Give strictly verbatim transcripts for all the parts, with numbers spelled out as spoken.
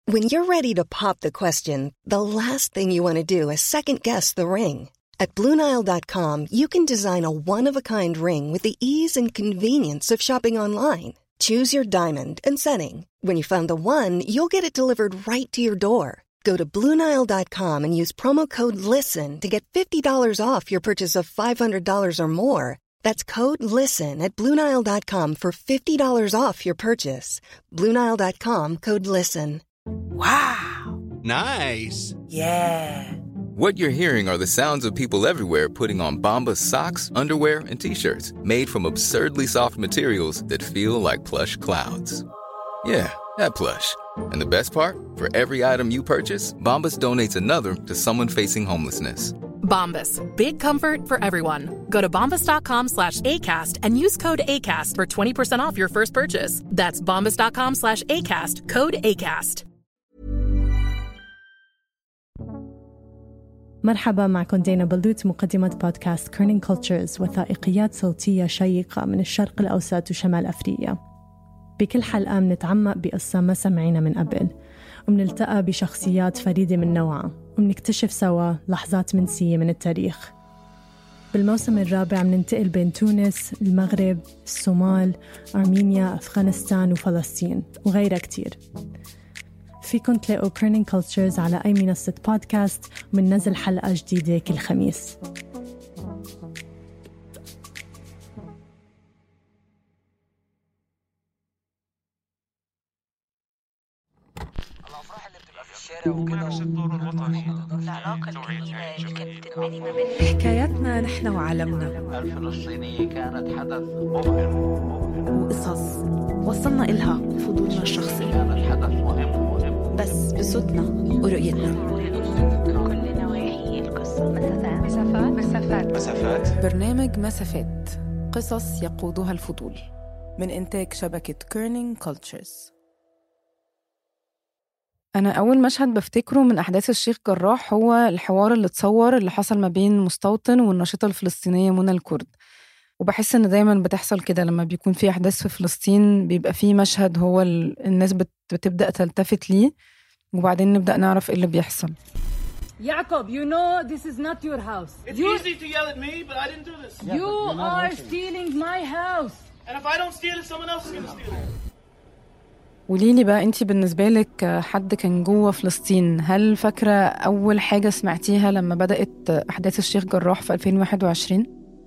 When you're ready to pop the question, the last thing you want to do is second-guess the ring. At Blue Nile dot com, you can design a one-of-a-kind ring with the ease and convenience of shopping online. Choose your diamond and setting. When you find the one, you'll get it delivered right to your door. Go to Blue Nile dot com and use promo code LISTEN to get fifty dollars off your purchase of five hundred dollars or more. That's code LISTEN at Blue Nile dot com for fifty dollars off your purchase. Blue Nile dot com, code LISTEN. Wow! Nice! Yeah! What you're hearing are the sounds of people everywhere putting on Bombas socks, underwear, and T-shirts made from absurdly soft materials that feel like plush clouds. Yeah, that plush. And the best part? For every item you purchase, Bombas donates another to someone facing homelessness. Bombas. Big comfort for everyone. Go to bombas dot com slash ACAST and use code ACAST for twenty percent off your first purchase. That's bombas dot com slash ACAST. Code ACAST. مرحبا، معكم دينا بلوت، مقدمة بودكاست كيرنينج كولتشرز، وثائقيات صوتية شيقة من الشرق الأوسط وشمال أفريقيا. بكل حلقة منتعمق بقصة ما سمعينا من قبل، ومنلتقى بشخصيات فريدة من نوعها، ومنكتشف سوا لحظات منسية من التاريخ. بالموسم الرابع مننتقل بين تونس، المغرب، الصومال، أرمينيا، أفغانستان وفلسطين وغيرها كتير. فيكن تلاقوا كيرنينج كولتشرز على أي منصة بودكاست، ومننزل حلقة جديدة كل خميس. حكاياتنا نحن وعالمنا الفلسطينية كانت حدث مبهر وقصص وصلنا إلها فضولنا الشخصي، كانت حدث مهم مهم بس بصوتنا ورؤيتنا. كل نواحي القصة. مسافات مسافات مسافات برنامج مسافات، قصص يقودها الفضول، من إنتاج شبكة كيرنينج كولتشرز. أنا أول مشهد بفتكره من أحداث الشيخ جراح هو الحوار اللي اتصور اللي حصل ما بين مستوطن والناشطة الفلسطينية منى الكرد. وبحس إن دايماً بتحصل كده لما بيكون في أحداث في فلسطين، بيبقى في مشهد هو الناس بتبدأ تلتفت ليه، وبعدين نبدأ نعرف إيه اللي بيحصل. Jacob, you know this is not your house. It's you, easy to yell at me, but I didn't do this. Yeah, you are stealing my house. And if I don't steal it, someone else is going to steal it. وليلي بقى، أنتي بالنسبة لك حد كان جوه فلسطين، هل فاكرة أول حاجة سمعتيها لما بدأت أحداث الشيخ جراح في ألفين وواحد وعشرين؟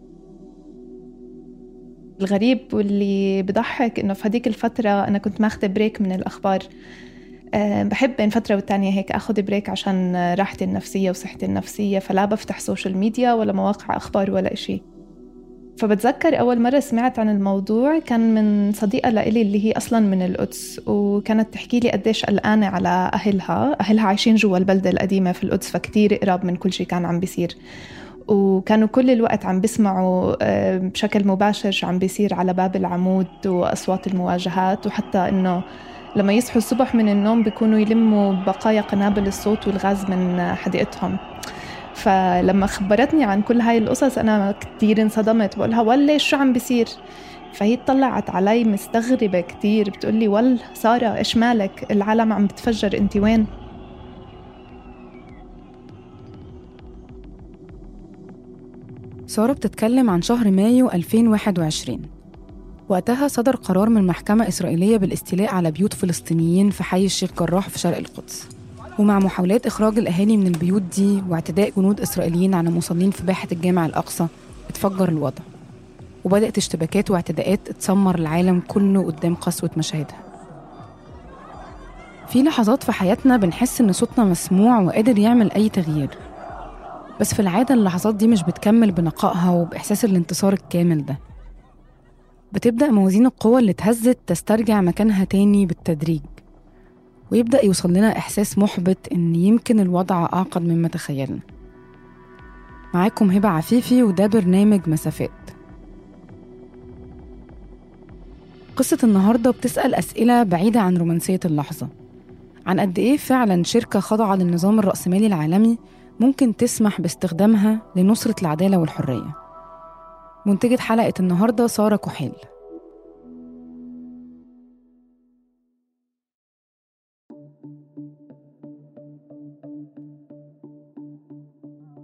الغريب واللي بضحك إنه في هديك الفترة أنا كنت ماخدة بريك من الأخبار. أه بحب بين فترة والتانية هيك أخذ بريك عشان راحتي النفسية وصحتي النفسية، فلا بفتح سوشيال ميديا ولا مواقع أخبار ولا إشي. فبتذكر أول مرة سمعت عن الموضوع كان من صديقة لإلي اللي هي أصلاً من القدس، وكانت تحكي لي قديش قلقانة على أهلها. أهلها عايشين جوا البلدة القديمة في القدس، فكتير قراب من كل شيء كان عم بيصير، وكانوا كل الوقت عم بيسمعوا بشكل مباشر شو عم بيصير على باب العمود وأصوات المواجهات، وحتى إنه لما يصحوا الصبح من النوم بيكونوا يلموا بقايا قنابل الصوت والغاز من حديقتهم. فلما خبرتني عن كل هاي القصص أنا كتير انصدمت، بقولها والله شو عم بيصير؟ فهي طلعت علي مستغربة كتير، بتقولي وال سارة إيش مالك؟ العالم عم بتفجر، أنت وين؟ سارة بتتكلم عن شهر مايو ألفين وواحد وعشرين. وقتها صدر قرار من محكمة إسرائيلية بالاستيلاء على بيوت فلسطينيين في حي الشيخ جراح في شرق القدس، ومع محاولات إخراج الأهالي من البيوت دي واعتداء جنود إسرائيليين على مصلين في باحة الجامع الأقصى، اتفجر الوضع وبدأت اشتباكات واعتداءات تسمر العالم كله قدام قسوة مشاهدها. في لحظات في حياتنا بنحس إن صوتنا مسموع وقادر يعمل أي تغيير، بس في العادة اللحظات دي مش بتكمل بنقائها وبإحساس الانتصار الكامل ده. بتبدأ موازين القوة اللي اتهزت تسترجع مكانها تاني بالتدريج، ويبدأ يوصل لنا إحساس محبط إن يمكن الوضع أعقد مما تخيلنا. معاكم هبة عفيفي، وده برنامج مسافات. قصة النهاردة بتسأل أسئلة بعيدة عن رومانسية اللحظة، عن قد إيه فعلاً شركة خاضعة للنظام الرأسمالي العالمي ممكن تسمح باستخدامها لنصرة العدالة والحرية. منتجة حلقة النهاردة سارة كحيل.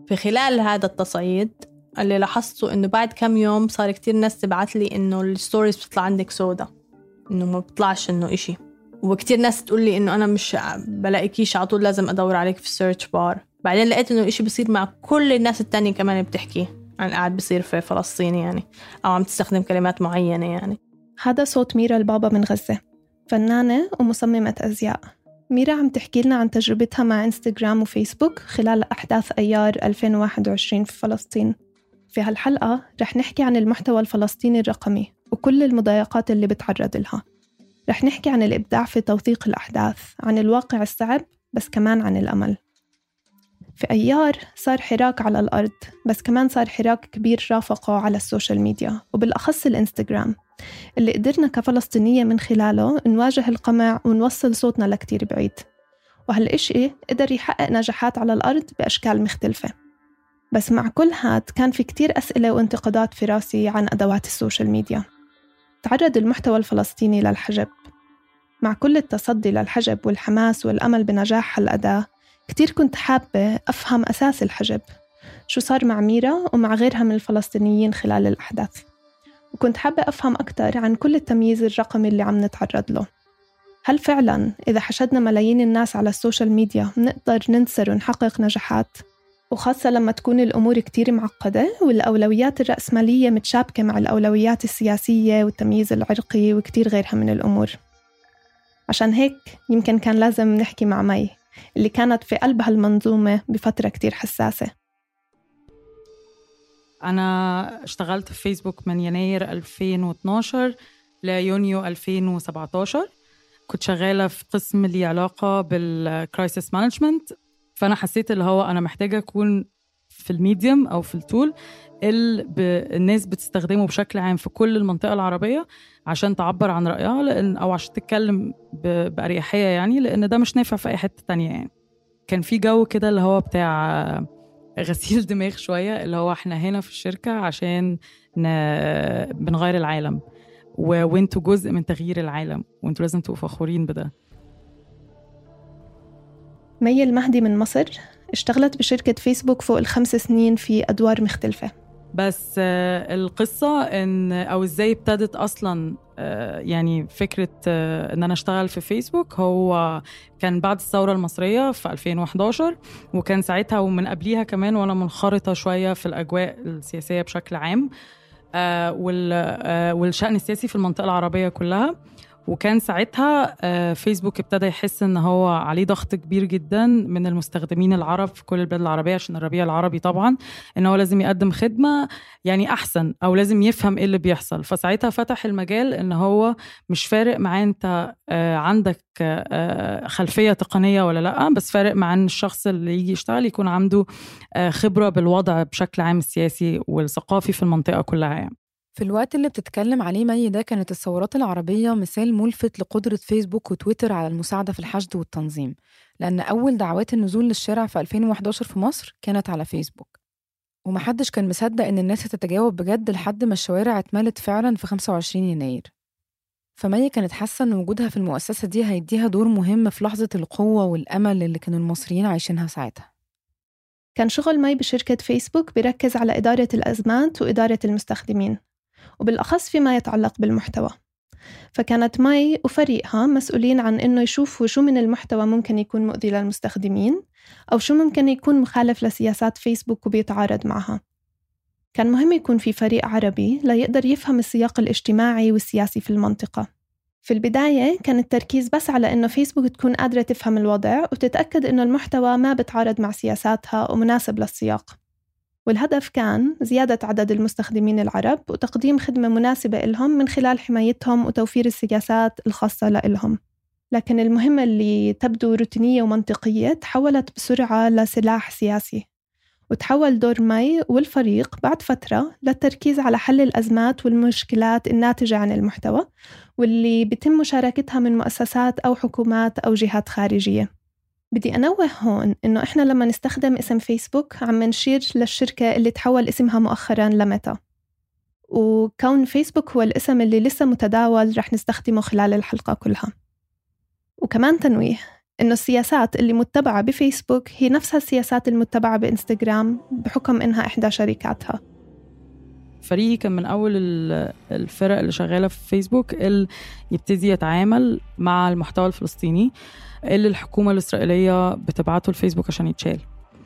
في خلال هذا التصعيد اللي لاحظته إنه بعد كم يوم صار كتير ناس تبعت لي إنه الستوريز بتطلع عندك سودا، إنه ما بتطلعش إنه إشي، وكتير ناس تقول لي إنه أنا مش بلاقيكيش على طول، لازم أدور عليك في السيرش بار. بعدين لقيت إنه الإشي بيصير مع كل الناس التانية كمان بتحكي عن قاعد بيصير في فلسطين يعني، أو عم تستخدم كلمات معينة يعني. هذا صوت ميرا البابا من غزة، فنانة ومصممة أزياء. ميرا عم تحكي لنا عن تجربتها مع إنستغرام وفيسبوك خلال أحداث أيار ألفين وواحد وعشرين في فلسطين. في هالحلقة رح نحكي عن المحتوى الفلسطيني الرقمي وكل المضايقات اللي بتعرض لها. رح نحكي عن الإبداع في توثيق الأحداث، عن الواقع الصعب بس كمان عن الأمل. في أيار صار حراك على الأرض، بس كمان صار حراك كبير رافقه على السوشيال ميديا، وبالأخص الإنستغرام اللي قدرنا كفلسطينية من خلاله نواجه القمع ونوصل صوتنا لكتير بعيد. وهالإشي قدر يحقق نجاحات على الأرض بأشكال مختلفة. بس مع كل هاد كان في كتير أسئلة وانتقادات في راسي عن أدوات السوشيال ميديا. تعرض المحتوى الفلسطيني للحجب. مع كل التصدي للحجب والحماس والأمل بنجاح هالأداة، كتير كنت حابة أفهم أساس الحجب، شو صار مع ميرا ومع غيرها من الفلسطينيين خلال الأحداث، وكنت حابة أفهم أكتر عن كل التمييز الرقمي اللي عم نتعرض له. هل فعلاً إذا حشدنا ملايين الناس على السوشيال ميديا نقدر ننتصر ونحقق نجاحات؟ وخاصة لما تكون الأمور كتير معقدة والأولويات الرأسمالية متشابكة مع الأولويات السياسية والتمييز العرقي وكتير غيرها من الأمور. عشان هيك يمكن كان لازم نحكي مع مي اللي كانت في قلب هالمنظومة بفترة كتير حساسة. أنا اشتغلت في فيسبوك من يناير ألفين واثناشر ليونيو ألفين وسبعتاشر. كنت شغالة في قسم اللي علاقة بالكرايسيس مانجمنت، فأنا حسيت اللي هو أنا محتاجة أكون في الميديم أو في التول اللي الناس بتستخدمه بشكل عام في كل المنطقة العربية عشان تعبر عن رأيها، لأن أو عشان تتكلم بأريحية يعني، لأن ده مش نافع في أي حتة تانية يعني. كان في جو كده اللي هو بتاع غسيل دماغ شوية، اللي هو احنا هنا في الشركة عشان بنغير العالم، وانتوا جزء من تغيير العالم، وانتوا لازم تبقوا فخورين بده. مي المهدي من مصر اشتغلت بشركة فيسبوك فوق الخمس سنين في أدوار مختلفة. بس القصة إن أو إزاي ابتدت أصلاً يعني فكرة إن أنا أشتغل في فيسبوك، هو كان بعد الثورة المصرية في ألفين وإحدى عشر، وكان ساعتها ومن قبليها كمان وأنا منخرطة شوية في الأجواء السياسية بشكل عام والشأن السياسي في المنطقة العربية كلها. وكان ساعتها فيسبوك ابتدى يحس ان هو عليه ضغط كبير جدا من المستخدمين العرب في كل البلاد العربية، عشان الربيع العربي طبعا، ان هو لازم يقدم خدمة يعني احسن، او لازم يفهم ايه اللي بيحصل. فساعتها فتح المجال ان هو مش فارق معاه انت عندك خلفية تقنية ولا لا، بس فارق مع ان الشخص اللي يجي يشتغل يكون عنده خبرة بالوضع بشكل عام السياسي والثقافي في المنطقة كلها يعني. في الوقت اللي بتتكلم عليه مي ده، كانت الثورات العربية مثال ملفت لقدرة فيسبوك وتويتر على المساعدة في الحشد والتنظيم، لأن أول دعوات النزول للشارع في ألفين وإحدى عشر في مصر كانت على فيسبوك، ومحدش كان مصدق إن الناس هتتجاوب بجد لحد ما الشوارع اتملت فعلا في خمسة وعشرين يناير. فمي كانت حاسة إن وجودها في المؤسسة دي هيديها دور مهم في لحظة القوة والأمل اللي كانوا المصريين عايشينها ساعتها. كان شغل مي بشركة فيسبوك بيركز على إدارة الأزمات وإدارة المستخدمين، وبالأخص فيما يتعلق بالمحتوى. فكانت مي وفريقها مسؤولين عن إنه يشوفوا شو من المحتوى ممكن يكون مؤذي للمستخدمين، أو شو ممكن يكون مخالف لسياسات فيسبوك وبيتعارض معها. كان مهم يكون في فريق عربي لا يقدر يفهم السياق الاجتماعي والسياسي في المنطقة. في البداية كان التركيز بس على إنه فيسبوك تكون قادرة تفهم الوضع وتتأكد إنه المحتوى ما بتعارض مع سياساتها ومناسب للسياق. والهدف كان زيادة عدد المستخدمين العرب وتقديم خدمة مناسبة لهم من خلال حمايتهم وتوفير السياسات الخاصة لهم. لكن المهمة اللي تبدو روتينية ومنطقية تحولت بسرعة لسلاح سياسي، وتحول دور مي والفريق بعد فترة للتركيز على حل الأزمات والمشكلات الناتجة عن المحتوى، واللي بيتم مشاركتها من مؤسسات أو حكومات أو جهات خارجية. بدي أنوه هون إنه إحنا لما نستخدم اسم فيسبوك عم نشير للشركة اللي تحول اسمها مؤخراً لميتا، وكون فيسبوك هو الاسم اللي لسه متداول رح نستخدمه خلال الحلقة كلها. وكمان تنويه إنه السياسات اللي متبعة بفيسبوك هي نفسها السياسات المتبعة بإنستغرام بحكم إنها إحدى شركاتها. فريقي كان من أول الفرق اللي شغالة في فيسبوك اللي يبتدي يتعامل مع المحتوى الفلسطيني اللي الحكومة الإسرائيلية بتبعته الفيسبوك عشان يتشال.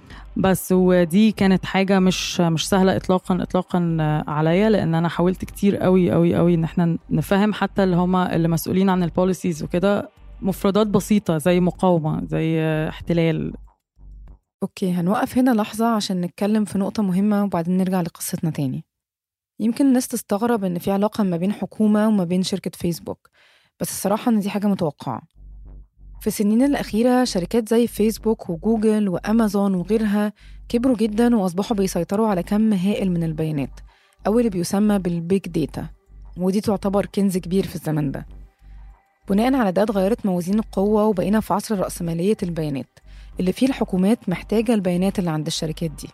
بس ودي كانت حاجة مش مش سهلة إطلاقا إطلاقا عليا، لأن أنا حاولت كتير قوي قوي قوي إن احنا نفهم حتى اللي هما اللي مسؤولين عن البوليسيز وكده مفردات بسيطة زي مقاومة زي احتلال. أوكي، هنوقف هنا لحظة عشان نتكلم في نقطة مهمة وبعدين نرجع لقصتنا تاني. يمكن الناس تستغرب إن في علاقة ما بين حكومة وما بين شركة فيسبوك، بس الصراحة إن دي حاجة متوقعة. في السنين الأخيرة شركات زي فيسبوك وجوجل وأمازون وغيرها كبروا جدا وأصبحوا بيسيطروا على كم هائل من البيانات أو اللي بيسمى بالبيج داتا، ودي تعتبر كنز كبير في الزمن ده. بناء على ده اتغيرت موازين القوة وبقينا في عصر رأسمالية البيانات اللي فيه الحكومات محتاجة البيانات اللي عند الشركات دي.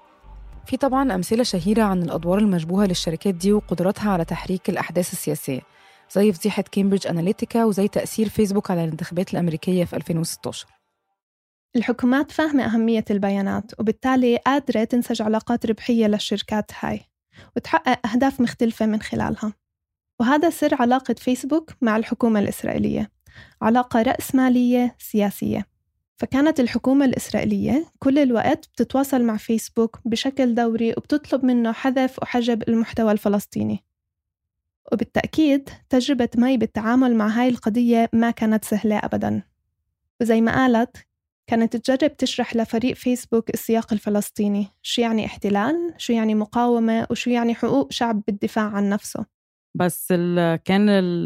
في طبعاً أمثلة شهيرة عن الأدوار المشبوهة للشركات دي وقدرتها على تحريك الأحداث السياسية، زي فضيحة كامبريدج أناليتيكا وزي تأثير فيسبوك على الانتخابات الأمريكية في ألفين وستاشر. الحكومات فاهمة أهمية البيانات وبالتالي قادرة تنسج علاقات ربحية للشركات هاي وتحقق أهداف مختلفة من خلالها. وهذا سر علاقة فيسبوك مع الحكومة الإسرائيلية، علاقة رأسمالية سياسية. فكانت الحكومة الإسرائيلية كل الوقت بتتواصل مع فيسبوك بشكل دوري وبتطلب منه حذف وحجب المحتوى الفلسطيني. وبالتأكيد تجربة مي بالتعامل مع هاي القضية ما كانت سهلة أبداً، وزي ما قالت كانت تجرب تشرح لفريق فيسبوك السياق الفلسطيني، شو يعني احتلال، شو يعني مقاومة، وشو يعني حقوق شعب بالدفاع عن نفسه. بس كان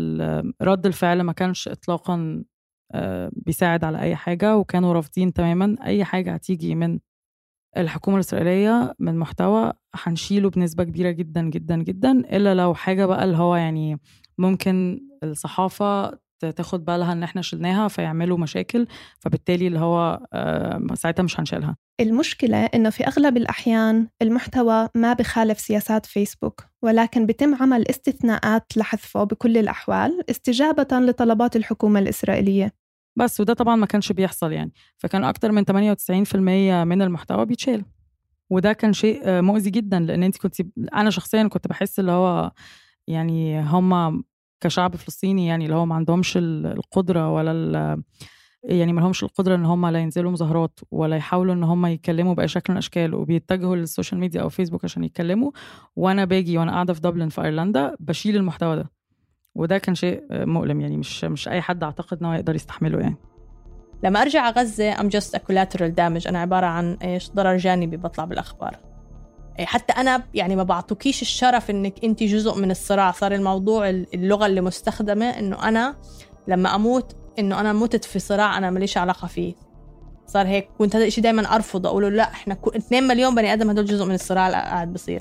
رد الفعل ما كانش إطلاقاً بيساعد على أي حاجة، وكانوا رافضين تماماً أي حاجة هتيجي من الحكومة الإسرائيلية من محتوى هنشيله بنسبة كبيرة جدا جدا جدا، إلا لو حاجة بقى اللي هو يعني ممكن الصحافة تاخد بالها إن إحنا شلناها فيعملوا مشاكل، فبالتالي اللي هو ساعتها مش هنشيلها. المشكلة إنه في أغلب الأحيان المحتوى ما بخالف سياسات فيسبوك، ولكن بتم عمل استثناءات لحذفه بكل الأحوال استجابة لطلبات الحكومة الإسرائيلية. بس وده طبعا ما كانش بيحصل يعني، فكان أكتر من ثمانية وتسعين بالمية من المحتوى بيتشال، وده كان شيء مؤذي جدا، لأن أنت كنت أنا شخصيا كنت بحس اللي هو يعني هم كشعب فلسطيني يعني اللي هو ما عندهمش القدرة ولا يعني ما لهمش القدرة ان هم لا ينزلوا مظاهرات ولا يحاولوا ان هم يتكلموا بأي شكل من الاشكال، وبيتجهوا للسوشيال ميديا او فيسبوك عشان يتكلموا، وانا باجي وانا قاعدة في دبلن في ايرلندا بشيل المحتوى ده. وده كان شيء مؤلم يعني، مش مش اي حد اعتقد انه يقدر يستحمله يعني. لما ارجع غزة I'm just a collateral damage، انا عبارة عن ايش ضرر جانبي بطلع بالاخبار. حتى أنا يعني ما بعطوكيش الشرف إنك أنت جزء من الصراع. صار الموضوع اللغة اللي مستخدمة إنه أنا لما أموت إنه أنا متت في صراع أنا ماليش علاقة فيه. صار هيك، كنت هذا الشيء دايما أرفض، أقوله لا إحنا اثنين مليون بني آدم هدول جزء من الصراع اللي قاعد بصير،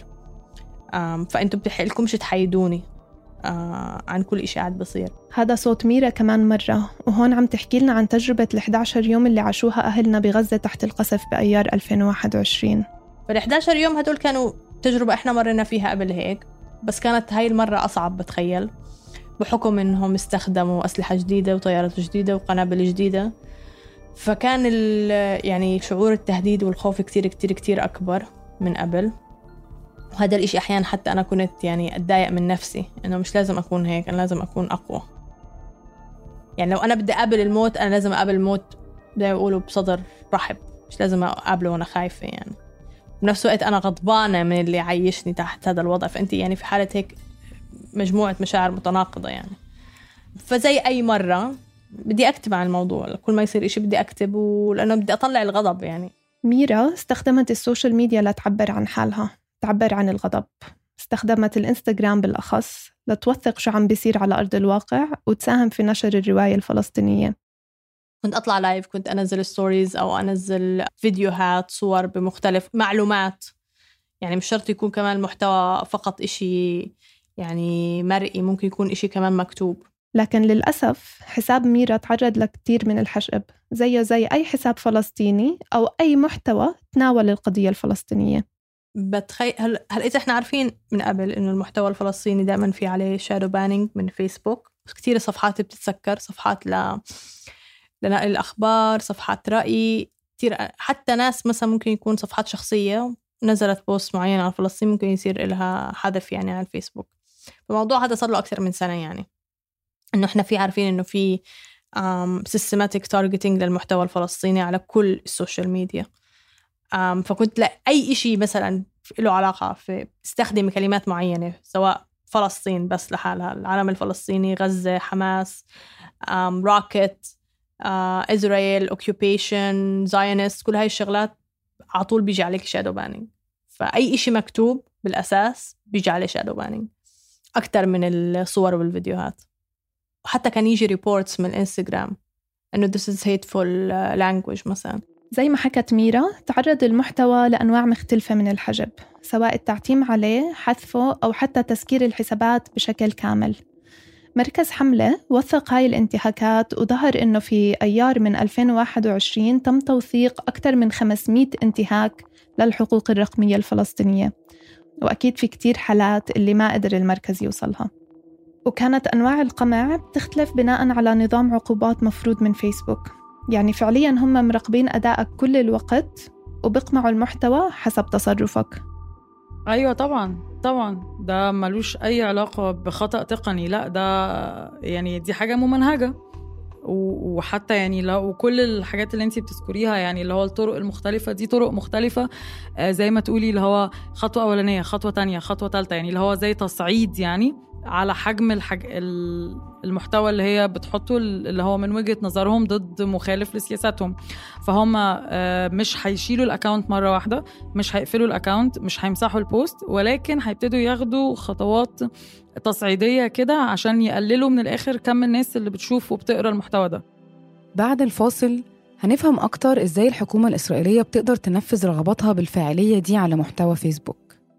فأنتوا بتحقلكمش تحيدوني عن كل إشي قاعد بصير. هذا صوت ميرا كمان مرة، وهون عم تحكي لنا عن تجربة الإحدى عشر يوم اللي عاشوها أهلنا بغزة تحت القصف بأيار ألفين وواحد وعشرين. فال11 يوم هدول كانوا تجربة إحنا مرينا فيها قبل هيك، بس كانت هاي المرة أصعب بتخيل، بحكم إنهم استخدموا أسلحة جديدة وطيارات جديدة وقنابل جديدة. فكان يعني شعور التهديد والخوف كتير كتير كتير أكبر من قبل. وهذا الإشي أحيانا حتى أنا كنت يعني أتضايق من نفسي إنه مش لازم أكون هيك، أنا لازم أكون أقوى. يعني لو أنا بدي أقابل الموت أنا لازم أقابل الموت زي ما يقولوا بصدر رحب، مش لازم أقابله وأنا خايفة يعني. بنفس الوقت أنا غضبانة من اللي عايشني تحت هذا الوضع، فأنت يعني في حالة هيك مجموعة مشاعر متناقضة يعني. فزي أي مرة بدي أكتب عن الموضوع، كل ما يصير إشي بدي أكتب، ولأنه بدي أطلع الغضب يعني. ميرا استخدمت السوشيال ميديا لتعبر عن حالها، تعبر عن الغضب. استخدمت الإنستغرام بالأخص لتوثق شو عم بيصير على أرض الواقع وتساهم في نشر الرواية الفلسطينية. كنت أطلع لايف، كنت أنزل ستوريز أو أنزل فيديوهات، صور بمختلف معلومات، يعني مش شرط يكون كمان المحتوى فقط إشي يعني مرئي، ممكن يكون إشي كمان مكتوب. لكن للأسف حساب ميرا تعرض لكتير من الحشب، زيه زي أي حساب فلسطيني أو أي محتوى تناول القضية الفلسطينية. بتخيل هل, هل إذا إحنا عارفين من قبل إنه المحتوى الفلسطيني دائما في عليه شادو بانينج من فيسبوك، كتير صفحات بتتسكر، صفحات ل لنقل الأخبار، صفحات رأي كتير. حتى ناس مثلا ممكن يكون صفحات شخصية نزلت بوست معين عن فلسطين ممكن يصير لها حذف يعني على الفيسبوك. الموضوع هذا صار له أكثر من سنة، يعني إنه إحنا في عارفين إنه في um, systematic targeting للمحتوى الفلسطيني على كل السوشيال ميديا. um, فكنت لا أي إشي مثلا له علاقة في تستخدم كلمات معينة، سواء فلسطين بس لحالها، العالم الفلسطيني، غزة، حماس، روكيت، إسرائيل، أوكيوبيشن، زايونست، كل هاي الشغلات عطول بيجي عليك شادو بانينج. فأي إشي مكتوب بالأساس بيجي عليه شادو بانينج أكتر من الصور والفيديوهات. وحتى كان يجي ريبورتس من الانستغرام إنه this is hateful language مثلا. زي ما حكت ميرا، تعرض المحتوى لأنواع مختلفة من الحجب، سواء التعتيم عليه، حذفه، أو حتى تسكير الحسابات بشكل كامل. مركز حملة وثق هاي الانتهاكات، وظهر إنه في أيار من ألفين وواحد وعشرين تم توثيق أكثر من خمسمية انتهاك للحقوق الرقمية الفلسطينية، وأكيد في كتير حالات اللي ما قدر المركز يوصلها. وكانت أنواع القمع بتختلف بناء على نظام عقوبات مفروض من فيسبوك، يعني فعلياً هم مراقبين أدائك كل الوقت وبقمعوا المحتوى حسب تصرفك. أيوة طبعاً طبعاً، ده ملوش أي علاقة بخطأ تقني، لا ده يعني دي حاجة ممنهجة. وحتى يعني لو كل الحاجات اللي انتي بتذكريها، يعني اللي هو الطرق المختلفة دي طرق مختلفة، زي ما تقولي اللي هو خطوة أولانية، خطوة تانية، خطوة تالتة، يعني اللي هو زي تصعيد يعني على حجم الحج... المحتوى اللي هي بتحطه، اللي هو من وجهة نظرهم ضد مخالف لسياساتهم. فهم مش هيشيلوا الأكاونت مرة واحدة، مش هيقفلوا الأكاونت، مش هيمسحوا البوست، ولكن هيبتدوا ياخدوا خطوات تصعيدية كده عشان يقللوا من الآخر كم الناس اللي بتشوف وبتقرأ المحتوى ده. بعد الفاصل هنفهم أكتر إزاي الحكومة الإسرائيلية بتقدر تنفذ رغباتها بالفاعلية دي على محتوى فيسبوك.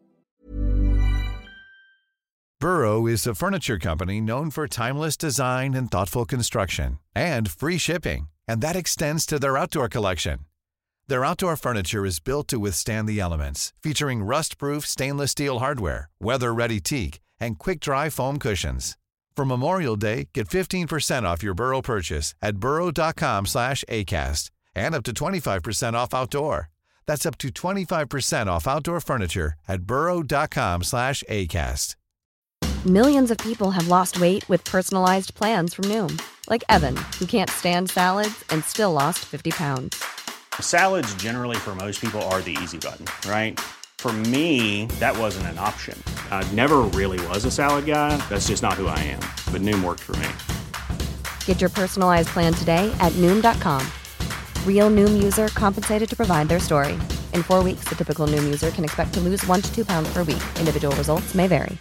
Burrow is a furniture company known for timeless design and thoughtful construction, and free shipping, and that extends to their outdoor collection. Their outdoor furniture is built to withstand the elements, featuring rust-proof stainless steel hardware, weather-ready teak, and quick-dry foam cushions. For Memorial Day, get fifteen percent off your Burrow purchase at burrow.com slash ACAST, and up to twenty-five percent off outdoor. That's up to twenty-five percent off outdoor furniture at burrow.com slash ACAST. Millions of people have lost weight with personalized plans from Noom, like Evan, who can't stand salads and still lost fifty pounds. Salads generally for most people are the easy button, right? For me, that wasn't an option. I never really was a salad guy. That's just not who I am. But Noom worked for me. Get your personalized plan today at Noom dot com. Real Noom user compensated to provide their story. In four weeks, the typical Noom user can expect to lose one to two pounds per week. Individual results may vary.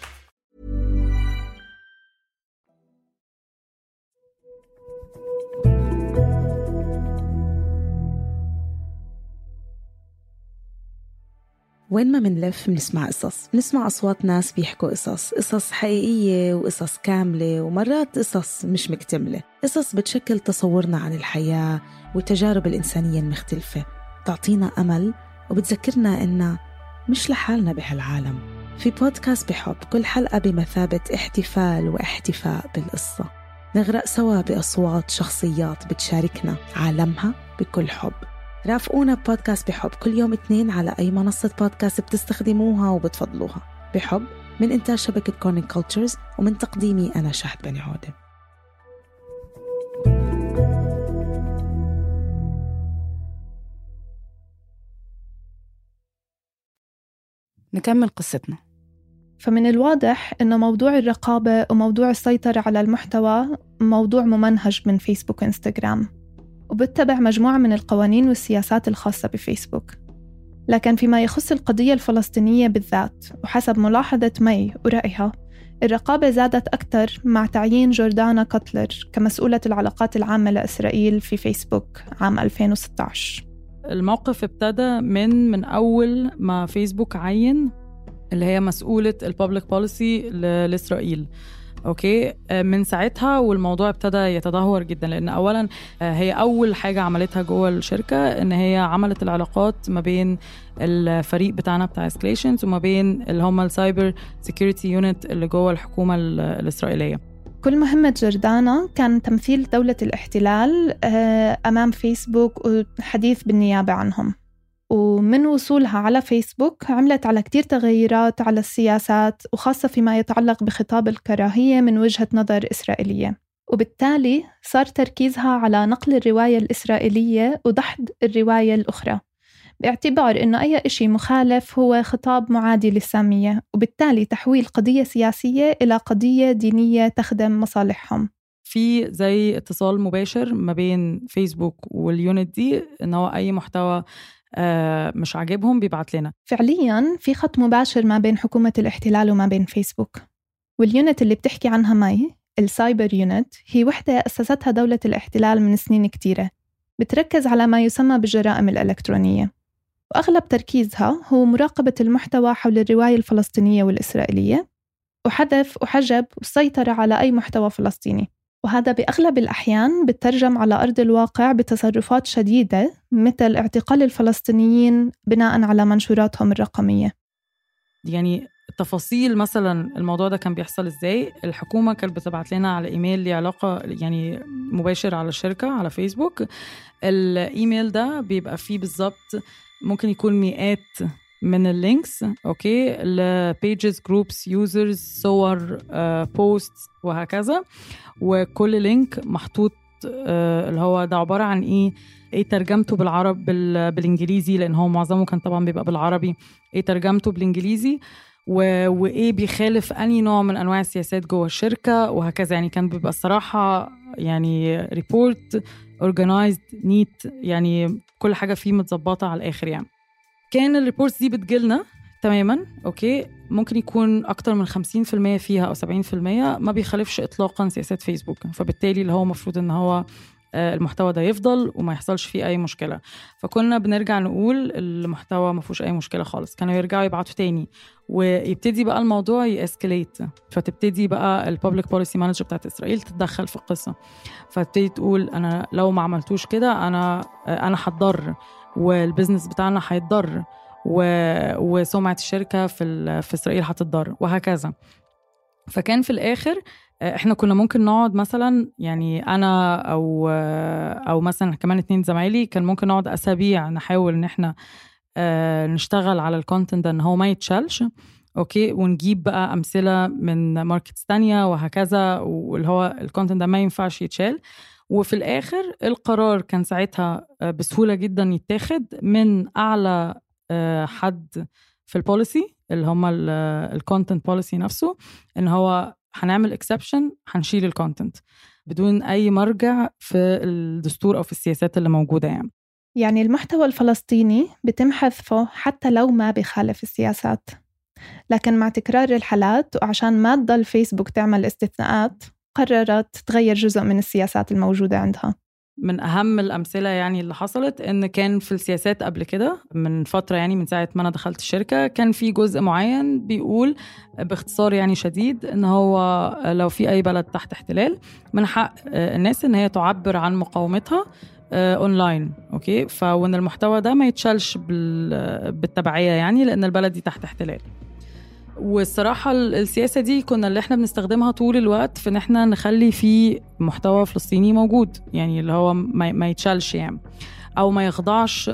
وين ما منلف منسمع قصص، نسمع أصوات ناس بيحكوا قصص، قصص حقيقية وقصص كاملة، ومرات قصص مش مكتملة، قصص بتشكل تصورنا عن الحياة والتجارب الإنسانية المختلفة، تعطينا أمل وبتذكرنا إننا مش لحالنا بهالعالم. في بودكاست بحب، كل حلقة بمثابة احتفال واحتفاء بالقصة، نغرق سوا بأصوات شخصيات بتشاركنا عالمها بكل حب. رافقونا بودكاست بحب كل يوم اثنين على أي منصة بودكاست بتستخدموها وبتفضلوها. بحب من إنتاج شبكة كورنينج كولتشرز، ومن تقديمي أنا شهد بني عودة. نكمل قصتنا. فمن الواضح إنه موضوع الرقابة وموضوع السيطرة على المحتوى موضوع ممنهج من فيسبوك وإنستغرام، وبتبع مجموعة من القوانين والسياسات الخاصة بفيسبوك. لكن فيما يخص القضية الفلسطينية بالذات، وحسب ملاحظة مي ورأيها، الرقابة زادت أكثر مع تعيين جوردانا كاتلر كمسؤولة العلاقات العامة لإسرائيل في فيسبوك عام ألفين وستة عشر. الموقف ابتدى من من أول ما فيسبوك عين اللي هي مسؤولة البابليك بوليسي لإسرائيل. أوكي، من ساعتها والموضوع ابتدى يتدهور جدا، لأن أولا هي أول حاجة عملتها جوه الشركة إن هي عملت العلاقات ما بين الفريق بتاعنا بتاع اسكليشنز وما بين اللي هم السايبر سيكيورتي يونت اللي جوه الحكومة الإسرائيلية. كل مهمة جردانا كان تمثيل دولة الاحتلال أمام فيسبوك وحديث بالنيابة عنهم. ومن وصولها على فيسبوك عملت على كتير تغييرات على السياسات، وخاصة فيما يتعلق بخطاب الكراهية من وجهة نظر إسرائيلية، وبالتالي صار تركيزها على نقل الرواية الإسرائيلية ودحض الرواية الأخرى، باعتبار إنه أي إشي مخالف هو خطاب معادي للسامية، وبالتالي تحويل قضية سياسية إلى قضية دينية تخدم مصالحهم. في زي اتصال مباشر ما بين فيسبوك واليونت دي، إن هو أي محتوى مش عاجبهم بيبعت لنا. فعلياً في خط مباشر ما بين حكومة الاحتلال وما بين فيسبوك. واليونت اللي بتحكي عنها ماي، السايبر يونت، هي وحدة أسستها دولة الاحتلال من سنين كتيرة، بتركز على ما يسمى بالجرائم الإلكترونية، وأغلب تركيزها هو مراقبة المحتوى حول الرواية الفلسطينية والإسرائيلية، وحذف وحجب والسيطرة على أي محتوى فلسطيني. وهذا بأغلب الأحيان بترجم على أرض الواقع بتصرفات شديدة، مثل اعتقال الفلسطينيين بناء على منشوراتهم الرقمية. يعني تفاصيل مثلا الموضوع ده كان بيحصل إزاي؟ الحكومة كانت بتبعت لنا على إيميل لي علاقة يعني مباشر على الشركة على فيسبوك. الإيميل ده بيبقى فيه بالضبط ممكن يكون مئات من اللينكس، أوكي، البيجز، جروبس، يوزرز، صور، بوست وهكذا. وكل لينك محطوط آه اللي هو ده عبارة عن إيه إيه ترجمته بالعرب بالإنجليزي، لأن هو معظمه كان طبعا بيبقى بالعربي. إيه ترجمته بالإنجليزي و... وإيه بيخالف أي نوع من أنواع السياسات جوه الشركة وهكذا. يعني كان بيبقى الصراحة يعني ريبورت organized neat، يعني كل حاجة فيه متظبطة على الآخر. يعني كان الريبورتس دي بتجيلنا تماماً، أوكي، ممكن يكون أكتر من خمسين في المية فيها أو سبعين في المية ما بيخالفش إطلاقاً سياسات فيسبوك، فبالتالي اللي هو مفروض إن هو المحتوى ده يفضل وما يحصلش فيه أي مشكلة. فكنا بنرجع نقول المحتوى ما فيهوش أي مشكلة خالص، كانوا يرجعوا يبعتوا تاني ويبتدي بقى الموضوع يأسكليت. فتبتدي بقى البابليك بوليسي مانجر بتاعت إسرائيل تتدخل في القصة، فتبتدي تقول أنا لو ما عملتوش كده أنا أنا هتضر، والبزنس بتاعنا هيتضر، وسمعة الشركة في في إسرائيل هتتضر وهكذا. فكان في الآخر احنا كنا ممكن نقعد مثلا، يعني انا او او مثلا كمان اتنين زمايلي كان ممكن نقعد اسابيع نحاول ان احنا نشتغل على الكونتنت ده ان هو ما يتشالش، اوكي، ونجيب بقى امثله من ماركتس تانية وهكذا، واللي هو الكونتنت ده ما ينفعش يتشال. وفي الاخر القرار كان ساعتها بسهوله جدا يتاخد من اعلى حد في البوليسي اللي هم الكونتنت بوليسي نفسه، ان هو هنعمل اكسبشن، هنشيل الكونتنت بدون اي مرجع في الدستور او في السياسات اللي موجوده. يعني يعني المحتوى الفلسطيني بتم حذفه حتى لو ما بيخالف السياسات، لكن مع تكرار الحالات وعشان ما تضل فيسبوك تعمل استثناءات قررت تغير جزء من السياسات الموجوده عندها. من أهم الأمثلة يعني اللي حصلت إن كان في السياسات قبل كده من فترة، يعني من ساعة ما أنا دخلت الشركة، كان في جزء معين بيقول باختصار يعني شديد إن هو لو في أي بلد تحت احتلال من حق الناس إن هي تعبر عن مقاومتها أونلاين، أوكي، فوإن المحتوى ده ما يتشالش بالتبعية يعني لأن البلد دي تحت احتلال. والصراحة السياسة دي كنا اللي احنا بنستخدمها طول الوقت في ان احنا نخلي فيه محتوى فلسطيني موجود، يعني اللي هو ما يتشالش يعني او ما يخضعش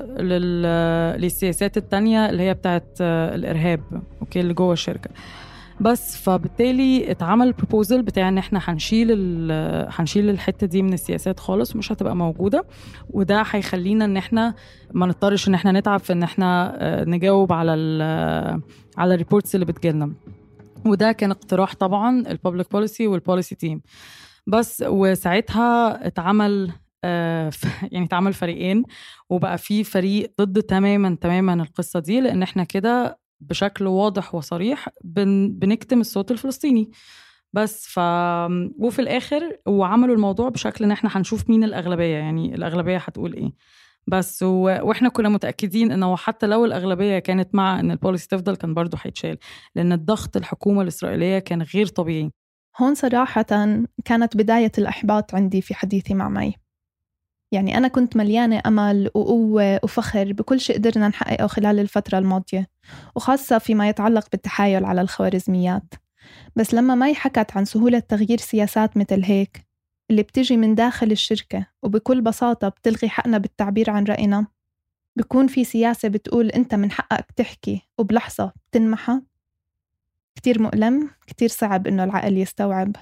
للسياسات التانية اللي هي بتاعت الارهاب، اوكي، اللي جوه الشركة. بس فبالتالي اتعمل البروبوزل بتاع ان احنا هنشيل هنشيل الحته دي من السياسات خالص، مش هتبقى موجوده، وده هيخلينا ان احنا ما نضطرش ان احنا نتعب في ان احنا نجاوب على ال على الريبورتس اللي بتجيلنا. وده كان اقتراح طبعا البابليك بوليسي والبوليسي تيم. بس وساعتها اتعمل يعني اتعمل فريقين، وبقى في فريق ضد تماما تماما القصه دي، لان احنا كده بشكل واضح وصريح بن... بنكتم الصوت الفلسطيني بس. ف... وفي الآخر وعملوا الموضوع بشكل ان احنا هنشوف مين الأغلبية، يعني الأغلبية هتقول ايه بس. و... واحنا كنا متأكدين انه حتى لو الأغلبية كانت مع ان البوليسي تفضل كان برضو هيتشال، لأن الضغط الحكومة الإسرائيلية كان غير طبيعي. هون صراحة كانت بداية الإحباط عندي في حديثي مع ماي. يعني أنا كنت مليانة أمل وقوة وفخر بكل شيء قدرنا نحققه خلال الفترة الماضية، وخاصة فيما يتعلق بالتحايل على الخوارزميات. بس لما ما يحكت عن سهولة تغيير سياسات مثل هيك اللي بتجي من داخل الشركة وبكل بساطة بتلغي حقنا بالتعبير عن رأينا، بيكون في سياسة بتقول أنت من حقك تحكي وبلحظة بتنمحى، كتير مؤلم، كتير صعب إنه العقل يستوعب.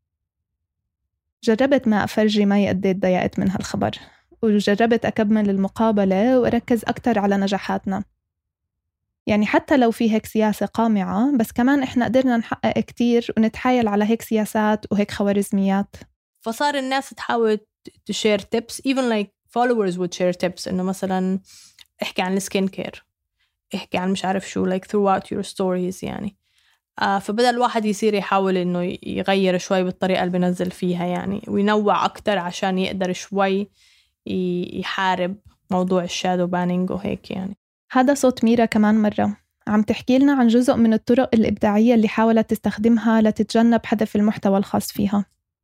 جربت ما أفرجي ما قد ايه اتضايقت من هالخبر، وجربت أكمل المقابلة وأركز أكتر على نجاحاتنا. يعني حتى لو في هيك سياسة قامعة، بس كمان إحنا قدرنا نحقق كتير ونتحايل على هيك سياسات وهيك خوارزميات. فصار الناس تحاول to share tips, even like followers would share tips إنه مثلا احكي عن السكين كير، احكي عن مش عارف شو like throughout your stories يعني. آه فبدأ الواحد يصير يحاول إنه يغير شوي بالطريقة اللي بنزل فيها يعني، وينوع أكتر عشان يقدر شوي يحارب موضوع الشادو بانينج وهيك يعني. هذا صوت ميرا كمان مرة عم تحكي لنا عن جزء من الطرق الإبداعية اللي حاولت تستخدمها لتتجنب حذف المحتوى الخاص فيها.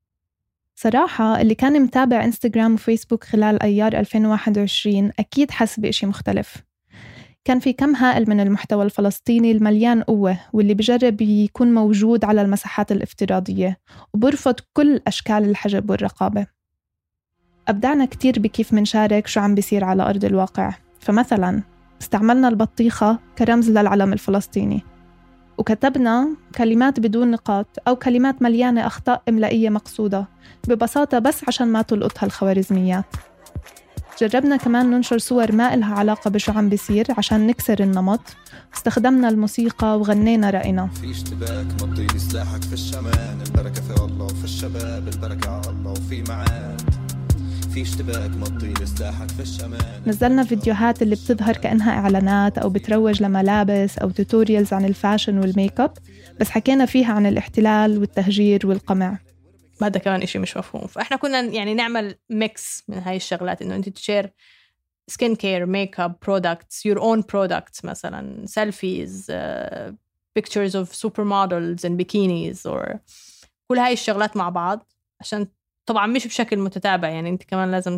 صراحة اللي كان متابع إنستغرام وفيسبوك خلال أيار ألفين وواحد وعشرين أكيد حس بإشي مختلف. كان في كم هائل من المحتوى الفلسطيني المليان قوة، واللي بجرب يكون موجود على المساحات الافتراضية وبرفض كل أشكال الحجب والرقابة. أبدعنا كتير بكيف منشارك شو عم بيصير على أرض الواقع. فمثلاً استعملنا البطيخة كرمز للعلم الفلسطيني، وكتبنا كلمات بدون نقاط أو كلمات مليانة أخطاء إملائية مقصودة ببساطة بس عشان ما تلقطها الخوارزميات. جربنا كمان ننشر صور ما إلها علاقة بشو عم بيصير عشان نكسر النمط، واستخدمنا الموسيقى وغنينا رأينا. في اشتباك مطيلي سلاحك في الشمان، البركة في الله وفي الشباب، البركة على الله وفي معاد. في اشتباك مطيلي سلاحك في الشمان. نزلنا فيديوهات اللي بتظهر كأنها إعلانات أو بتروج لملابس أو توتوريالز عن الفاشن والميك اب، بس حكينا فيها عن الاحتلال والتهجير والقمع. هذا كمان إشي مش مفهوم. فإحنا كنا يعني نعمل ميكس من هاي الشغلات، إنه أنت تشير سكين كير، ميك اب برودكتس، your own products، مثلا سيلفيز، uh, pictures of supermodels and bikinis or كل هاي الشغلات مع بعض، عشان طبعا مش بشكل متتابع يعني. أنت كمان لازم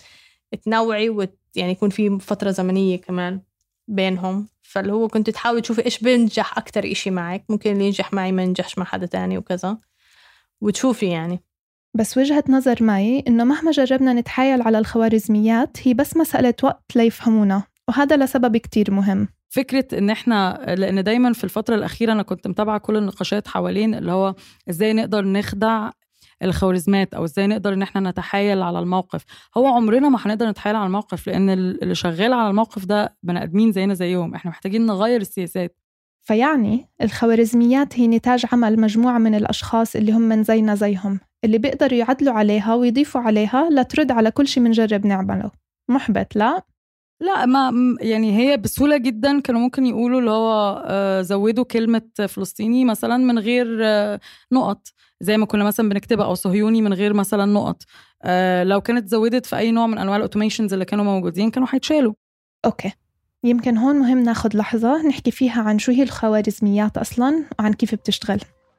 تنوعي وت يعني يكون في فترة زمنية كمان بينهم. فاللي هو كنت تحاول تشوفي إيش بينجح أكتر إشي معك، ممكن اللي ينجح معي ما ينجحش مع حدا تاني وكذا، وتشوفي يعني. بس وجهة نظر معي إنه مهما جربنا نتحايل على الخوارزميات هي بس مسألة وقت ليفهمونا، وهذا لسبب كتير مهم. فكرة إن إحنا، لأن دايما في الفترة الأخيرة أنا كنت متابعة كل النقاشات حوالين اللي هو إزاي نقدر نخدع الخوارزمات، أو إزاي نقدر إن إحنا نتحايل على الموقف. هو عمرنا ما هنقدر نتحايل على الموقف، لأن اللي شغال على الموقف ده بني آدمين زينا زيهم. إحنا محتاجين نغير السياسات. فيعني الخوارزميات هي نتاج عمل مجموعة من الأشخاص اللي هم من زينا زيهم، اللي بيقدروا يعدلوا عليها ويضيفوا عليها لترد على كل شيء منجرب نعمله. محبط لا؟ لا، ما يعني هي بسهولة جدا كانوا ممكن يقولوا اللي هو آه زودوا كلمة فلسطيني مثلا من غير آه نقط، زي ما كنا مثلا بنكتبها، أو صهيوني من غير مثلا نقط. آه لو كانت زودت في أي نوع من أنواع الأوتوميشنز اللي كانوا موجودين كانوا هيتشالوا. أوكي، يمكن هون مهم ناخد لحظة نحكي فيها عن شو هي الخوارزميات أصلاً وعن كيف بتشتغل.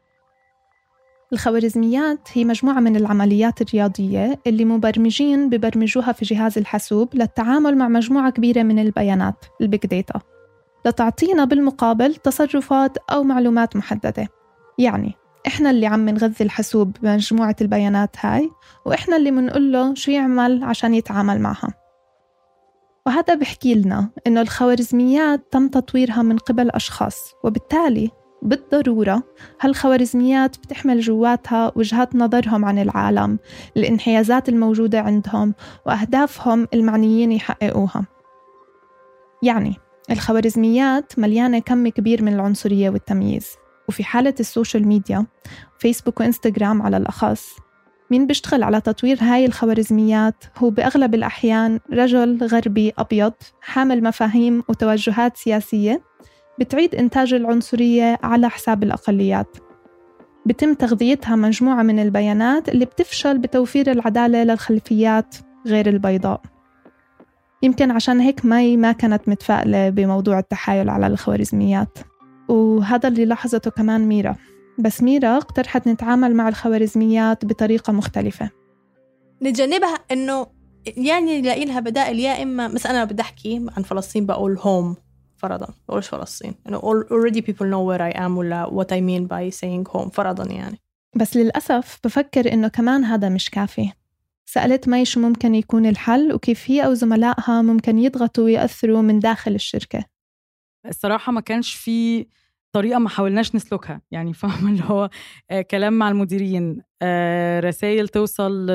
الخوارزميات هي مجموعة من العمليات الرياضية اللي مبرمجين ببرمجوها في جهاز الحاسوب للتعامل مع مجموعة كبيرة من البيانات البيج داتا، لتعطينا بالمقابل تصرفات أو معلومات محددة. يعني إحنا اللي عم نغذي الحاسوب بمجموعة البيانات هاي، وإحنا اللي منقول له شو يعمل عشان يتعامل معها. وهذا بحكي لنا إنه الخوارزميات تم تطويرها من قبل أشخاص، وبالتالي بالضرورة هالخوارزميات بتحمل جواتها وجهات نظرهم عن العالم، الانحيازات الموجودة عندهم، وأهدافهم المعنيين يحققوها. يعني الخوارزميات مليانة كم كبير من العنصرية والتمييز. وفي حالة السوشيال ميديا، فيسبوك وإنستغرام على الأخص، مين بيشتغل على تطوير هاي الخوارزميات هو بأغلب الأحيان رجل غربي أبيض حامل مفاهيم وتوجهات سياسية بتعيد إنتاج العنصرية على حساب الأقليات. بتم تغذيتها مجموعة من البيانات اللي بتفشل بتوفير العدالة للخلفيات غير البيضاء. يمكن عشان هيك ماي ما كانت متفائلة بموضوع التحايل على الخوارزميات، وهذا اللي لاحظته كمان ميرا. بس ميرا اقترحت نتعامل مع الخوارزميات بطريقة مختلفة، نتجنبها إنه يعني نلاقي لها بدائل. يا إما مثلا أنا بدي أحكي عن فلسطين بقول هوم فرضا بقولش فلسطين إنه already people know where I am ولا what I mean by saying home فرضا يعني. بس للأسف بفكر إنه كمان هذا مش كافي. سألت مي شو ممكن يكون الحل وكيف هي أو زملائها ممكن يضغطوا ويأثروا من داخل الشركة. الصراحة ما كانش في طريقة ما حاولناش نسلكها، يعني فاهم اللي هو آه كلام مع المديرين، آه رسائل توصل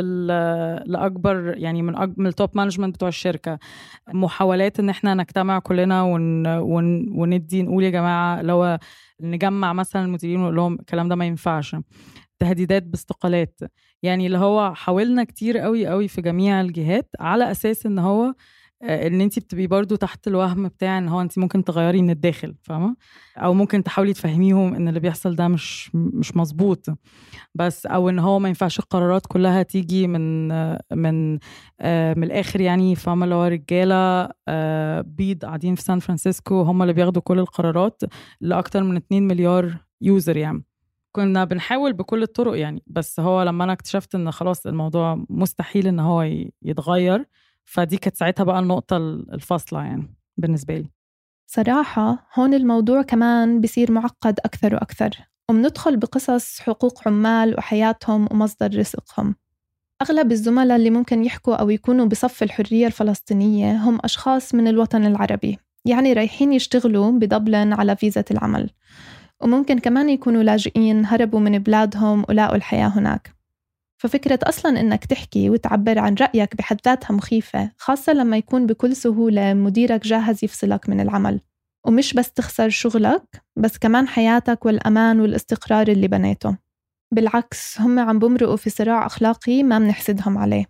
لأكبر يعني من أكبر من التوب مانجمنت بتوع الشركة، محاولات إن إحنا نجتمع كلنا ون ون وندي نقول يا جماعة لو نجمع مثلا المديرين ونقول لهم الكلام ده ما ينفعش، تهديدات باستقالات، يعني اللي هو حاولنا كتير قوي قوي في جميع الجهات على أساس إن هو ان انتي بتبقي برضو تحت الوهم بتاع ان هو انتي ممكن تغيري من الداخل، فاهمه؟ او ممكن تحاولي تفهميهم ان اللي بيحصل ده مش مش مظبوط، بس او ان هو ما ينفعش القرارات كلها تيجي من من آه من الاخر، يعني فاهمه؟ اللي هو رجاله آه بيض قاعدين في سان فرانسيسكو هم اللي بياخدوا كل القرارات لاكتر من اتنين مليار يوزر. يعني كنا بنحاول بكل الطرق يعني، بس هو لما انا اكتشفت ان خلاص الموضوع مستحيل ان هو يتغير، فدي كانت ساعتها بقى النقطة الفاصلة يعني بالنسبة لي. صراحة هون الموضوع كمان بيصير معقد أكثر وأكثر، ومندخل بقصص حقوق عمال وحياتهم ومصدر رزقهم. أغلب الزملاء اللي ممكن يحكوا أو يكونوا بصف الحرية الفلسطينية هم أشخاص من الوطن العربي، يعني رايحين يشتغلوا بدبلن على فيزا العمل، وممكن كمان يكونوا لاجئين هربوا من بلادهم ولاقوا الحياة هناك. ففكرة أصلاً إنك تحكي وتعبر عن رأيك بحد ذاتها مخيفة، خاصة لما يكون بكل سهولة مديرك جاهز يفصلك من العمل، ومش بس تخسر شغلك بس كمان حياتك والأمان والاستقرار اللي بنيته. بالعكس هم عم بمرقوا في صراع أخلاقي ما بنحسدهم عليه،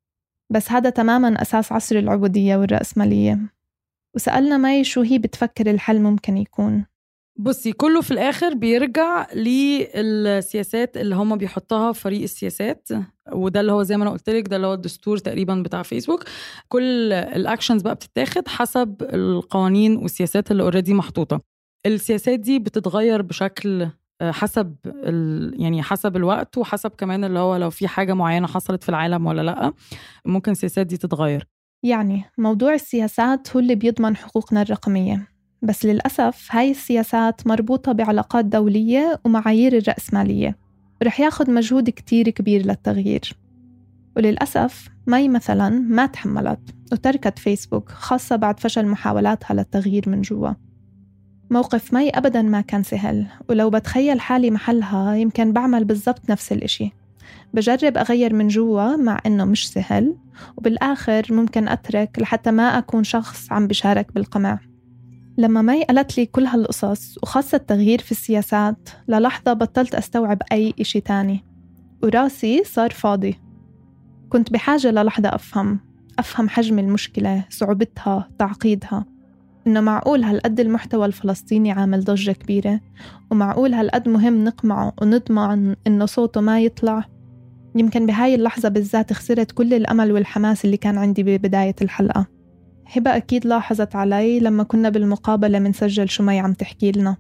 بس هذا تماماً أساس عصر العبودية والرأسمالية. وسألنا ماي شو هي بتفكر الحل ممكن يكون. بصي كله في الآخر بيرجع للسياسات اللي هم بيحطها فريق السياسات، وده اللي هو زي ما أنا قلتلك ده اللي هو الدستور تقريبا بتاع فيسبوك. كل الأكشنز بقى بتتاخد حسب القوانين والسياسات اللي اوريدي محطوطة. السياسات دي بتتغير بشكل حسب يعني حسب الوقت، وحسب كمان اللي هو لو في حاجة معينة حصلت في العالم ولا لأ ممكن السياسات دي تتغير. يعني موضوع السياسات هو اللي بيضمن حقوقنا الرقمية، بس للأسف هاي السياسات مربوطة بعلاقات دولية ومعايير الرأسمالية، ورح ياخد مجهود كتير كبير للتغيير. وللأسف ماي مثلاً ما تحملت وتركت فيسبوك، خاصة بعد فشل محاولاتها للتغيير من جوا. موقف ماي أبداً ما كان سهل، ولو بتخيل حالي محلها يمكن بعمل بالضبط نفس الإشي، بجرب أغير من جوا مع إنه مش سهل، وبالآخر ممكن أترك لحتى ما أكون شخص عم بشارك بالقمع. لما ماي قالت لي كل هالقصص وخاصة التغيير في السياسات، للحظة بطلت أستوعب أي إشي تاني وراسي صار فاضي. كنت بحاجة للحظة أفهم أفهم حجم المشكلة، صعوبتها، تعقيدها، إنه معقول هالقد المحتوى الفلسطيني عامل ضجة كبيرة، ومعقول هالقد مهم نقمعه ونضمن إنه صوته ما يطلع. يمكن بهاي اللحظة بالذات خسرت كل الأمل والحماس اللي كان عندي ببداية الحلقة. هبة أكيد لاحظت علي لما كنا بالمقابلة منسجل شو ماي عم تحكي لنا.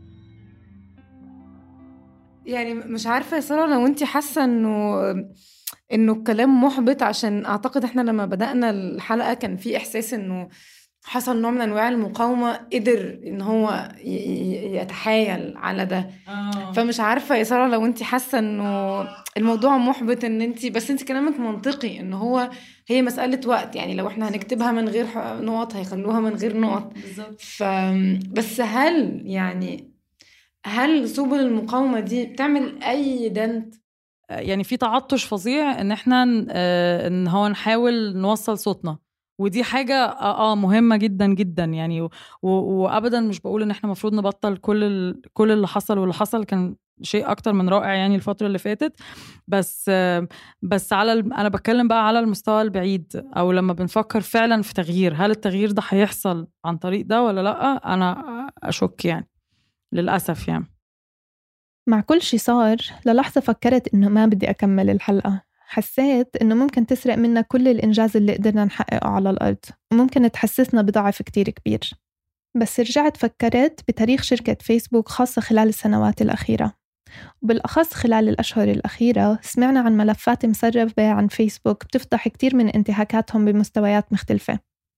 يعني مش عارفة يا سارة لو انتي حاسة انه انه الكلام محبط، عشان اعتقد احنا لما بدأنا الحلقة كان في احساس انه حصل نوع من انواع المقاومة قدر ان هو يتحايل على ده. آه. فمش عارفة يا سارة لو انتي حاسة انه الموضوع محبط، ان انتي بس انتي كلامك منطقي انه هو هي مسألة وقت، يعني لو احنا هنكتبها من غير نقط هيخلوها من غير نقط. ف بس هل يعني هل سبل المقاومة دي بتعمل اي دنت؟ يعني في تعطش فظيع ان احنا ان هو نحاول نوصل صوتنا، ودي حاجة اه مهمة جدا جدا يعني. و... وابدا مش بقول ان احنا مفروض نبطل كل ال... كل اللي حصل، واللي حصل كان شيء اكتر من رائع يعني الفترة اللي فاتت، بس بس على ال... انا بتكلم بقى على المستوى البعيد، او لما بنفكر فعلا في تغيير، هل التغيير ده هيحصل عن طريق ده ولا لا؟ انا اشك يعني للأسف. يعني مع كل شي صار للحظة فكرت إنه ما بدي أكمل الحلقة. حسيت إنه ممكن تسرق منا كل الإنجاز اللي قدرنا نحققه على الأرض، وممكن تحسسنا بضعف كتير كبير. بس رجعت فكرت بتاريخ شركة فيسبوك، خاصة خلال السنوات الأخيرة، وبالأخص خلال الأشهر الأخيرة سمعنا عن ملفات مسربة عن فيسبوك بتفضح كتير من انتهاكاتهم بمستويات مختلفة.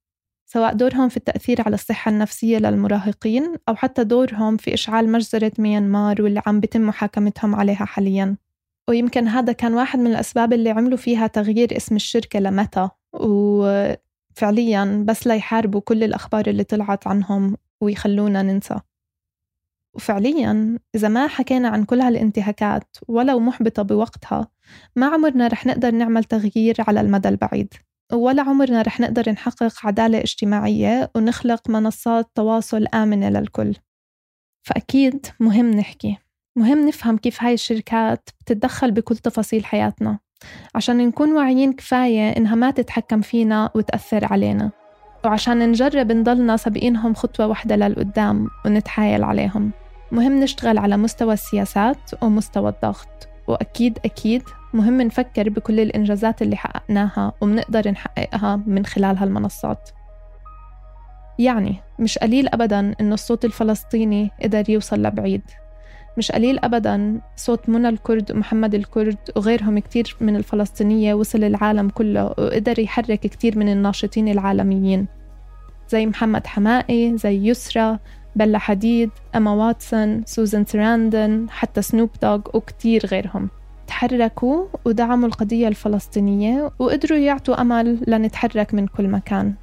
سواء دورهم في التأثير على الصحة النفسية للمراهقين أو حتى دورهم في إشعال مجزرة ميانمار واللي عم بيتم محاكمتهم عليها حالياً. ويمكن هذا كان واحد من الأسباب اللي عملوا فيها تغيير اسم الشركة لميتا، وفعلياً بس ليحاربوا كل الأخبار اللي طلعت عنهم ويخلونا ننسى. وفعلياً إذا ما حكينا عن كل هالانتهاكات ولو محبطة بوقتها، ما عمرنا رح نقدر نعمل تغيير على المدى البعيد، ولا عمرنا رح نقدر نحقق عدالة اجتماعية ونخلق منصات تواصل آمنة للكل. فأكيد مهم نحكي، مهم نفهم كيف هاي الشركات بتتدخل بكل تفاصيل حياتنا عشان نكون واعيين كفاية إنها ما تتحكم فينا وتأثر علينا، وعشان نجرب نضلنا سابقينهم خطوة واحدة للقدام ونتحايل عليهم. مهم نشتغل على مستوى السياسات ومستوى الضغط، وأكيد أكيد مهم نفكر بكل الإنجازات اللي حققناها ومنقدر نحققها من خلال هالمنصات. يعني مش قليل أبداً إنه الصوت الفلسطيني قدر يوصل لبعيد، مش قليل أبداً صوت منى الكرد ومحمد الكرد وغيرهم كتير من الفلسطينية وصل العالم كله وقدر يحرك كتير من الناشطين العالميين زي محمد حمائي، زي يسرى، بلا حديد، أما واتسون، سوزان سراندن، حتى سنوب دوغ وكتير غيرهم. تحركوا ودعموا القضية الفلسطينية وقدروا يعطوا أمل لنتحرك من كل مكان.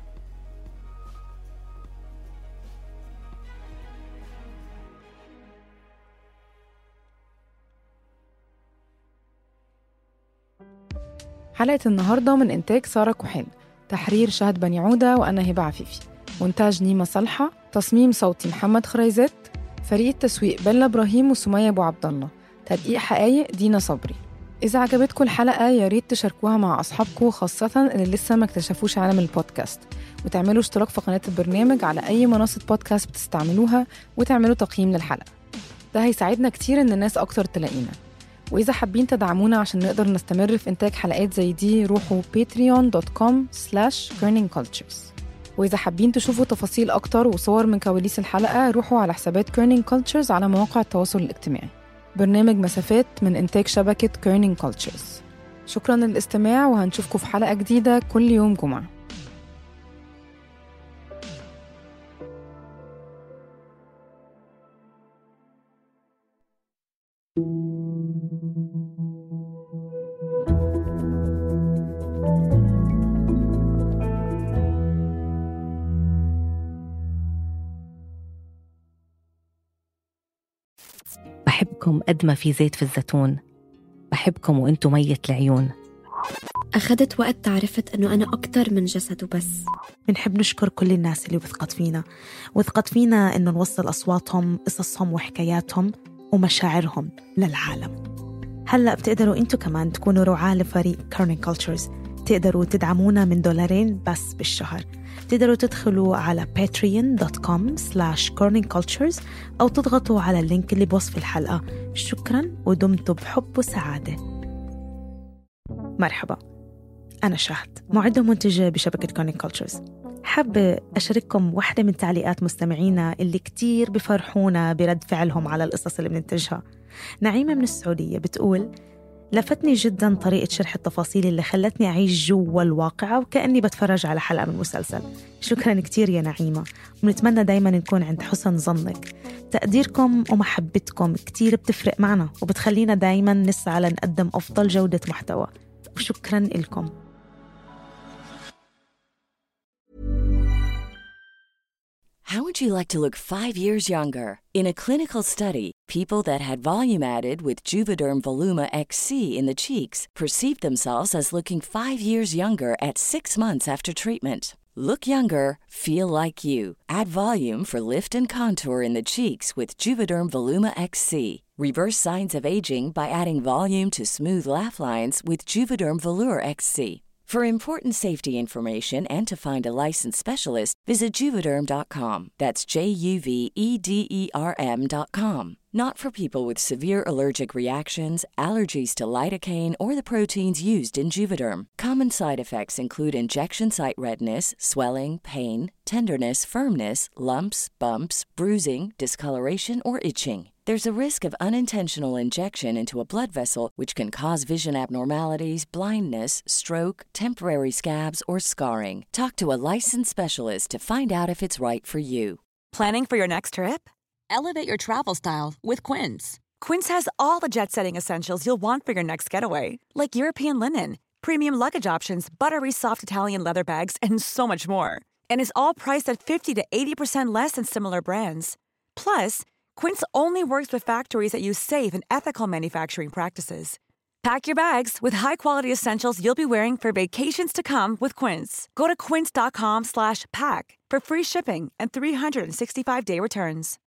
حلقة النهاردة من إنتاج سارة كحيل، تحرير شهد بني عودة وأنا هبة عفيفي، مونتاج نيمة صلحة، تصميم صوتي محمد خريزات، فريق التسويق بلا إبراهيم وسمية أبو عبد الله، تدقيق حقايق دينا صبري. إذا عجبتكم الحلقة يا ريت تشاركوها مع أصحابكم، خاصة اللي لسه ما اكتشفوش عالم البودكاست، وتعملوا اشتراك في قناة البرنامج على أي منصة بودكاست بتستعملوها، وتعملوا تقييم للحلقة. ده هيساعدنا كتير إن الناس أكتر تلاقينا. وإذا حابين تدعمونا عشان نقدر نستمر في إنتاج حلقات زي دي، روحوا patreon dot com slash kerning cultures. وإذا حابين تشوفوا تفاصيل أكتر وصور من كواليس الحلقة، روحوا على حسابات kerning cultures على مواقع التواصل الاجتماعي. برنامج مسافات من إنتاج شبكة kerning cultures. شكراً للاستماع، وهنشوفكم في حلقة جديدة كل يوم جمعة. بحبكم قد ما في زيت في الزيتون، بحبكم وانتو مية العيون. أخذت وقت تعرفت أنه أنا أكتر من جسد وبس. بنحب نشكر كل الناس اللي وثقت فينا وثقت فينا أنه نوصل أصواتهم، قصصهم وحكاياتهم ومشاعرهم للعالم. هلأ بتقدروا انتو كمان تكونوا رعاة لفريق kerning cultures. تقدروا تدعمونا من دولارين بس بالشهر. تقدروا تدخلوا على patreon dot com slash kerning cultures أو تضغطوا على اللينك اللي بوصف الحلقة. شكراً ودمتوا بحب وسعادة. مرحبا، أنا شهد، معدة ومنتجة بشبكة kerning cultures. حابة أشارككم واحدة من تعليقات مستمعينا اللي كتير بفرحونا برد فعلهم على القصص اللي بننتجها. نعيمة من السعودية بتقول: لفتني جداً طريقة شرح التفاصيل اللي خلتني أعيش جوا الواقعة وكأني بتفرج على حلقة من مسلسل. شكراً كتير يا نعيمة، ونتمنى دايماً نكون عند حسن ظنك. تقديركم ومحبتكم كتير بتفرق معنا وبتخلينا دايماً نسعى لنقدم أفضل جودة محتوى، وشكراً لكم. How would you like to look five years younger? In a clinical study, people that had volume added with Juvederm Voluma X C in the cheeks perceived themselves as looking five years younger at six months after treatment. Look younger, feel like you. Add volume for lift and contour in the cheeks with Juvederm Voluma X C. Reverse signs of aging by adding volume to smooth laugh lines with Juvederm Volure X C. For important safety information and to find a licensed specialist, visit Juvederm dot com. That's J U V E D E R M dot com. Not for people with severe allergic reactions, allergies to lidocaine, or the proteins used in Juvederm. Common side effects include injection site redness, swelling, pain, tenderness, firmness, lumps, bumps, bruising, discoloration, or itching. There's a risk of unintentional injection into a blood vessel, which can cause vision abnormalities, blindness, stroke, temporary scabs, or scarring. Talk to a licensed specialist to find out if it's right for you. Planning for your next trip? Elevate your travel style with Quince. Quince has all the jet-setting essentials you'll want for your next getaway, like European linen, premium luggage options, buttery soft Italian leather bags, and so much more. And is all priced at fifty to eighty percent less than similar brands. Plus, Quince only works with factories that use safe and ethical manufacturing practices. Pack your bags with high-quality essentials you'll be wearing for vacations to come with Quince. Go to quince.com slash pack for free shipping and three sixty-five day returns.